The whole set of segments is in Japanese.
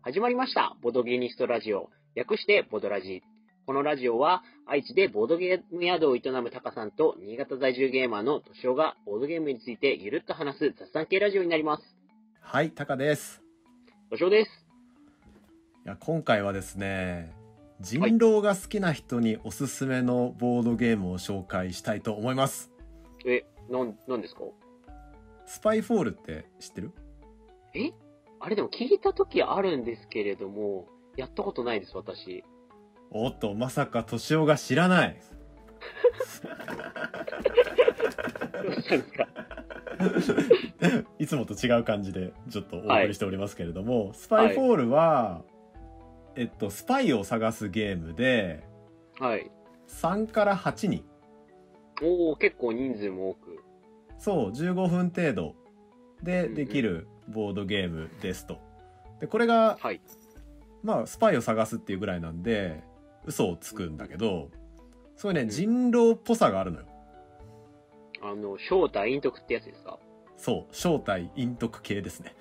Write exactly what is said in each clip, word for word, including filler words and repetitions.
始まりました。ボドゲニストラジオ。略してボドラジ。このラジオは愛知でボードゲーム宿を営むタカさんと新潟在住ゲーマーのトシオがボードゲームについてゆるっと話す雑談系ラジオになります。 はい、タカです。 トシオです。 いや、今回はですね、人狼が好きな人におすすめのボードゲームを紹介したいと思います。 え、なん、なんですか？ スパイフォールって知ってる？ え？あれでも聞いた時あるんですけれども、やったことないです、私。 おっと、まさかトシオが知らない。 どうしたんですか？ いつもと違う感じでちょっとお送りしておりますけれども、はい、スパイフォールは、はい、えっとスパイを探すゲームで、 はい、 さんからはちにん。 おお、結構人数も多く。 そう、じゅうごふん程度でできるボードゲームですと。でこれが、 はい、 まあスパイを探すっていうぐらいなんで嘘をつくんだけど、そういうね、人狼っぽさがあるのよ。 あの正体陰徳ってやつですか？ そう、正体陰徳系ですね。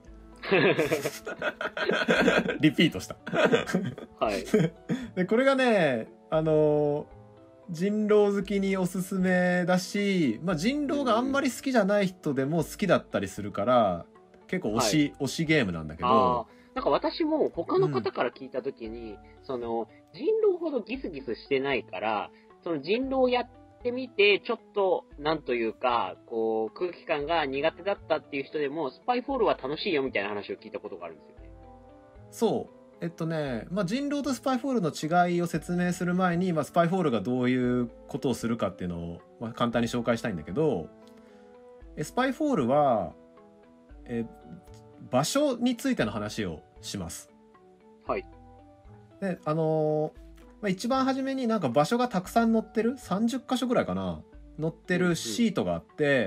リピートした。 はい。 でこれがね、あの人狼好きにおすすめだし、まあ、人狼があんまり好きじゃない人でも好きだったりするから結構推し、はい、推しゲームなんだけど、 なんか私も他の方から聞いた時に、うん、その人狼ほどギスギスしてないからその人狼をやってみてちょっとなんというかこう空気感が苦手だったっていう人でもスパイフォールは楽しいよみたいな話を聞いたことがあるんですよね。 そうえっとね、まあ、人狼とスパイフォールの違いを説明する前に、まあ、スパイフォールがどういうことをするかっていうのを、まあ、簡単に紹介したいんだけど、スパイフォールはえ場所についての話をします。 はい。 であのーまあ、一番初めになんか場所がたくさん載ってるさんじゅっかしょぐらいかな載ってるシートがあって、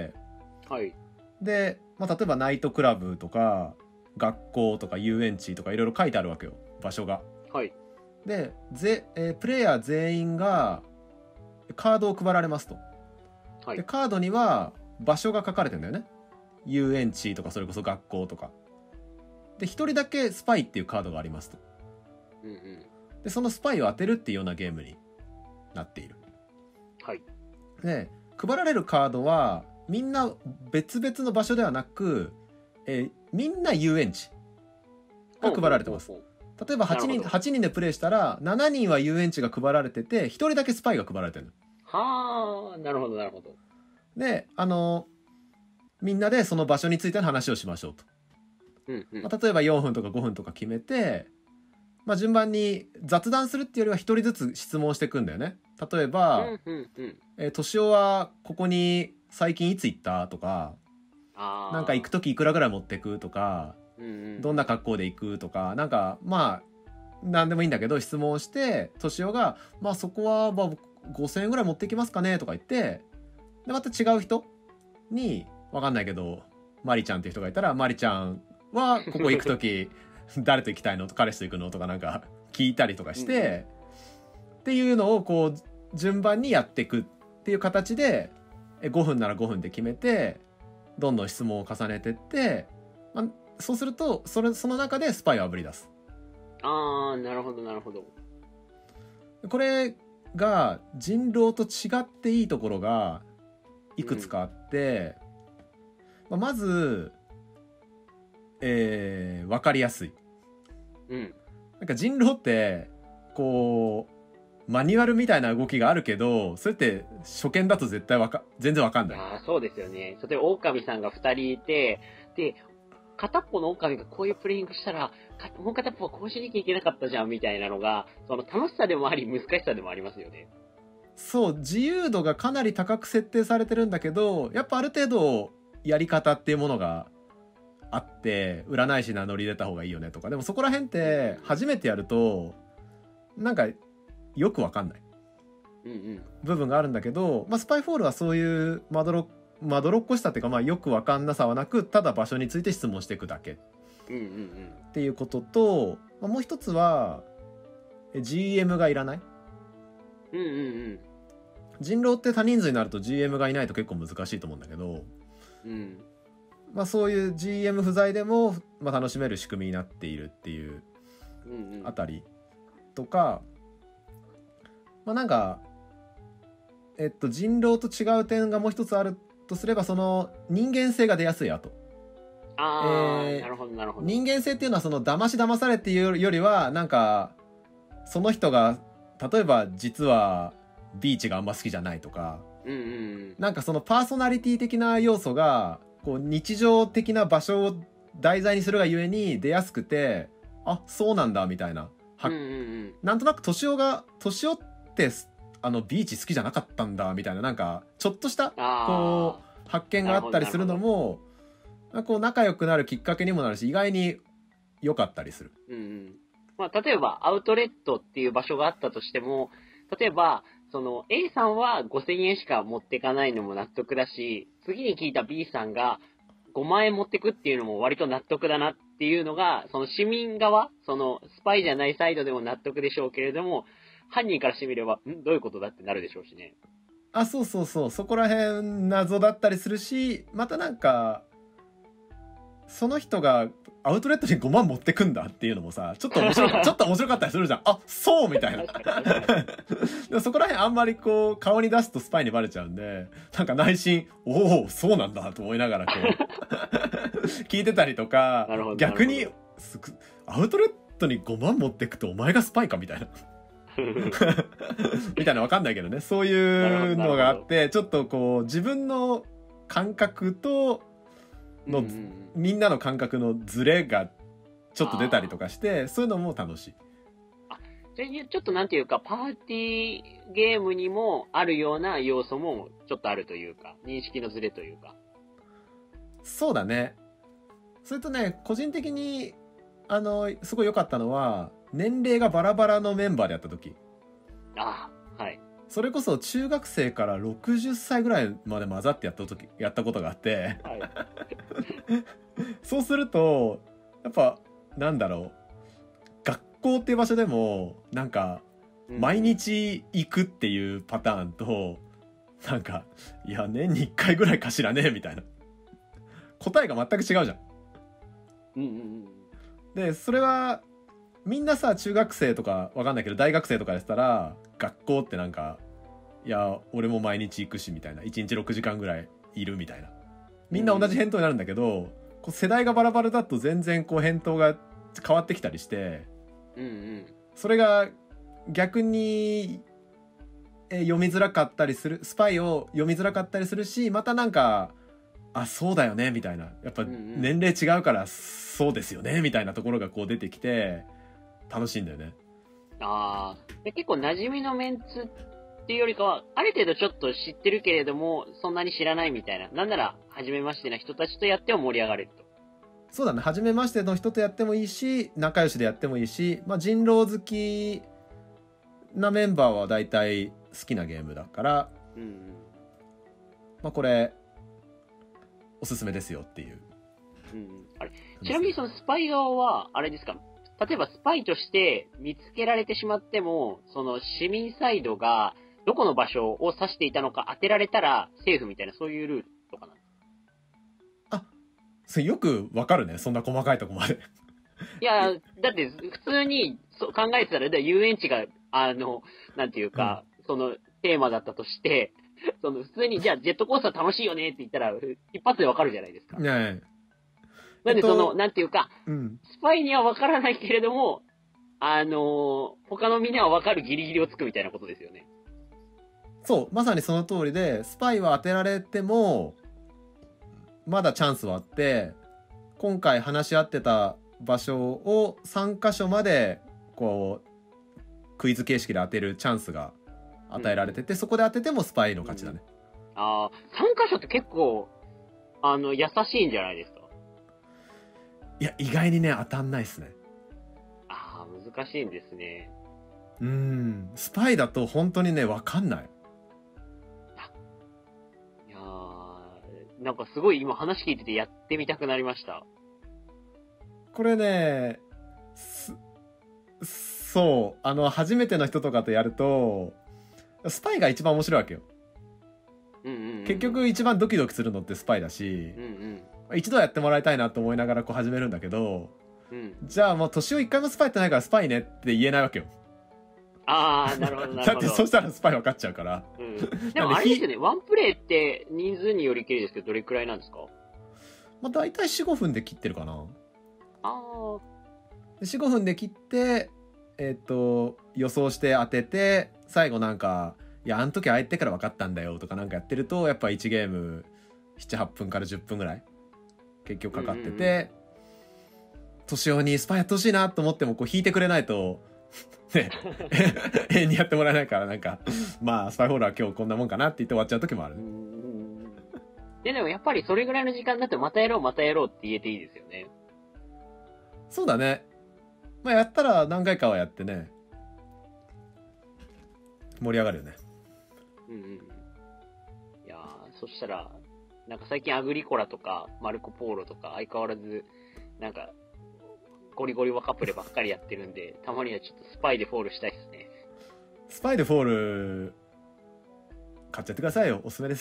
うんうん、はい。 で、まあ、例えばナイトクラブとか学校とか遊園地とかいろいろ書いてあるわけよ、場所が。 はい。 で、ぜえー、プレイヤー全員がカードを配られますと。はい、でカードには場所が書かれてるんだよね。遊園地とかそれこそ学校とか。で、一人だけスパイっていうカードがありますと。 うんうん、 で、そのスパイを当てるっていうようなゲームになっている。 はい。 で、配られるカードはみんな別々の場所ではなく、えー、みんな遊園地が配られてます。例えばはちにん、はちにんでプレイしたらしちにんは遊園地が配られててひとりだけスパイが配られてる。 はあ、なるほどなるほど。 で、あのみんなでその場所についての話をしましょうと。 うんうん、 まあ、例えばよんぷんとかごふんとか決めて、まあ、順番に雑談するっていうよりはひとりずつ質問していくんだよね。例えば、 うんうんうん、 えー、敏夫はここに最近いつ行ったとか、あなんか行く時いくらぐらい持ってくとか、うんうん、どんな格好で行くとか、なんかまあ何でもいいんだけど質問して敏夫が、まあそこはまあごせんえんぐらい持ってきますかねとか言って、でまた違う人に分かんないけどマリちゃんっていう人がいたら、マリちゃんはここ行く時誰と行きたいのと彼氏と行くのとかなんか聞いたりとかして、うんうん、っていうのをこう順番にやっていくっていう形でごふんならごふんで決めてどんどん質問を重ねてって、まあ、そうするとそれその中でスパイをあぶり出す。 あー、なるほどなるほど。 これが人狼と違っていいところがいくつかあって、うんまあ、まずえー、分かりやすい、うん、なんか人狼ってこうマニュアルみたいな動きがあるけど、それって初見だと絶対わか全然分かんない。 あ、そうですよね。例えば狼さんがふたりいて、で片っぽの狼がこういうプレイングしたらもう片っぽはこうしなきゃいけなかったじゃんみたいなのがその楽しさでもあり難しさでもありますよね。 そう、自由度がかなり高く設定されてるんだけど、やっぱある程度やり方っていうものがあって占い師名乗り出た方がいいよねとか、でもそこら辺って初めてやるとなんかよくわかんない、うんうん、部分があるんだけど、まあ、スパイフォールはそういうまどろまどろっこしさっていうか、まあ、よくわかんなさはなく、ただ場所について質問していくだけっていうことと、まあ、もう一つは ジーエム がいらない、うんうんうん、人狼って多人数になると ジーエム がいないと結構難しいと思うんだけど、うんまあ、そういう ジーエム 不在でも、まあ、楽しめる仕組みになっているっていうあたりとか、まあなんかえっと人狼と違う点がもう一つあるとすれば、その人間性が出やすい後。 あー、えー、なるほどなるほど。 人間性っていうのはその騙し騙されっていうよりは、なんかその人が例えば実はビーチがあんま好きじゃないとか、 うんうんうん、 なんかそのパーソナリティ的な要素がこう日常的な場所を題材にするがゆえに出やすくて、あ、そうなんだみたいな、は、 うんうんうん、 なんとなく敏夫が敏夫ってあのビーチ好きじゃなかったんだみたいな、なんかちょっとしたこう発見があったりするのも、こう仲良くなるきっかけにもなるし、意外に良かったりする。 うんうん、まあ、例えばアウトレットっていう場所があったとしても、例えばその A さんはごせんえんしか持ってかないのも納得だし、次に聞いた B さんがごまんえん持ってくっていうのも割と納得だなっていうのが、その市民側、そのスパイじゃないサイドでも納得でしょうけれども、犯人からしてみれば、んどういうことだってなるでしょうしね。 あ、そうそうそう、そこら辺謎だったりするし、またなんかその人がアウトレットにごまん持ってくんだっていうのもさ、ちょっと面白かちょっと面白かったりするじゃん。あ、そうみたいな。でもそこら辺あんまりこう顔に出すとスパイにバレちゃうんで、なんか内心、おおそうなんだと思いながらこう聞いてたりとか、逆にアウトレットにごまん持ってくとお前がスパイかみたいなみたいな、わかんないけどね、そういうのがあって、ちょっとこう自分の感覚との、うんうん、みんなの感覚のズレがちょっと出たりとかして、そういうのも楽しい。 あ、じゃあちょっとなんていうか、パーティーゲームにもあるような要素もちょっとあるというか、認識のズレというか。 そうだね。それとね、個人的にあのすごい良かったのは、年齢がバラバラのメンバーでやった時。 ああ、はい。 それこそ中学生からろくじゅっさいぐらいまで混ざってやった時やったことがあって、はい、そうするとやっぱなんだろう、学校っていう場所でもなんか毎日行くっていうパターンと、うん、なんかいや年にいっかいぐらいかしらねみたいな、答えが全く違うじゃん。 うんうんうん、 でそれはみんなさ、中学生とかわかんないけど大学生とかやったら、学校ってなんか、いや俺も毎日行くしみたいな、いちにちろくじかんぐらいいるみたいな、みんな同じ返答になるんだけど、うん、こう世代がバラバラだと全然こう返答が変わってきたりして、 うんうん、 それが逆にえ読みづらかったりする、スパイを読みづらかったりするし、またなんかあそうだよねみたいな、やっぱ年齢違うからそうですよねみたいなところがこう出てきて楽しいんだよね。 ああ、で結構馴染みのメンツっていうよりかは、ある程度ちょっと知ってるけれどもそんなに知らないみたいな、なんなら初めましてな人たちとやっても盛り上がれると。 そうだね、初めましての人とやってもいいし、仲良しでやってもいいし、まあ、人狼好きなメンバーは大体好きなゲームだから、うんうん、まあ、これおすすめですよっていう、 うん、あれちなみにそのスパイ側はあれですか、例えばスパイとして見つけられてしまっても、その市民サイドがどこの場所を指していたのか当てられたらセーフみたいな、そういうルールとかなんですか？ あ、それよくわかるね、そんな細かいとこまでいや、だって普通にそう考えてたら、遊園地が、あの、なんていうか、うん、そのテーマだったとして、その普通にじゃあジェットコースター楽しいよねって言ったら、一発でわかるじゃないですか。 ねえ。 なんでその、えっと、なんていうか、 うん、 スパイには分からないけれども、あのー、他の身には分かるギリギリをつくみたいなことですよね。 そう、まさにその通りで、スパイは当てられても、まだチャンスはあって、今回話し合ってた場所をさんかしょまで、こう、クイズ形式で当てるチャンスが与えられてて、うん、そこで当ててもスパイの勝ちだね。 うん、ああ、さんかしょって結構、あの、優しいんじゃないですか？ いや、意外にね、当たんないっすね。 ああ、難しいんですね。 うーん、スパイだと本当にね、わかんない。 いやー、なんかすごい今話聞いててやってみたくなりました。 これね、そう、あの、初めての人とかとやると、スパイが一番面白いわけよ。 うんうんうんうん、 結局一番ドキドキするのってスパイだし、 うんうん、 一度やってもらいたいなと思いながらこう始めるんだけど、 うん、 じゃあもう年を一回もスパイやってないからスパイねって言えないわけよ。 ああ、なるほどなるほど。 だってそしたらスパイ分かっちゃうから。 うん、でもあれですよね、ワンプレイって人数によりけりですけど、どれくらいなんですか？ まあ大体よん、ごふんで切ってるかな。ああ。 よん、ごふんで切って、えっと、予想して当てて、最後なんか、いや、あの時あえてから分かったんだよとかなんかやってると、やっぱいちゲームなな、はっぷんからじゅっぷんぐらい結局かかってて、年男にスパイやってほしいなと思ってもこう引いてくれないとね永遠にやってもらえないから、なんかまあスパイホールは今日こんなもんかなって言って終わっちゃう時もある。 ででもやっぱりそれぐらいの時間だってまたやろうまたやろうって言えていいですよね。 そうだね。まあやったら何回かはやってね、盛り上がるよね。 うんうん。いやー、そしたらなんか最近アグリコラとかマルコポーロとか相変わらずなんかゴリゴリ若プレばっかりやってるんで、たまにはちょっとスパイでフォールしたいですね。 スパイでフォール買っちゃってくださいよ、おすすめです。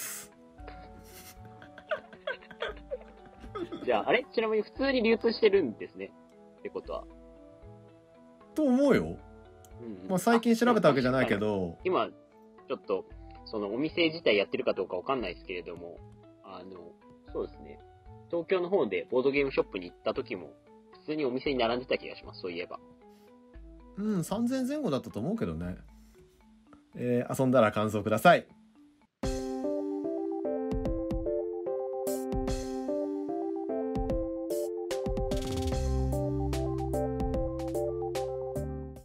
じゃああれ、ちなみに普通に流通してるんですねってことは。 と思うよ。うん、まあ最近調べたわけじゃないけど、 今ちょっとそのお店自体やってるかどうかわかんないですけれども、あのそうですね、東京の方でボードゲームショップに行った時も普通にお店に並んでた気がします。そういえば。 うん、さんぜんえんぜん後だったと思うけどね。えー、遊んだら感想ください。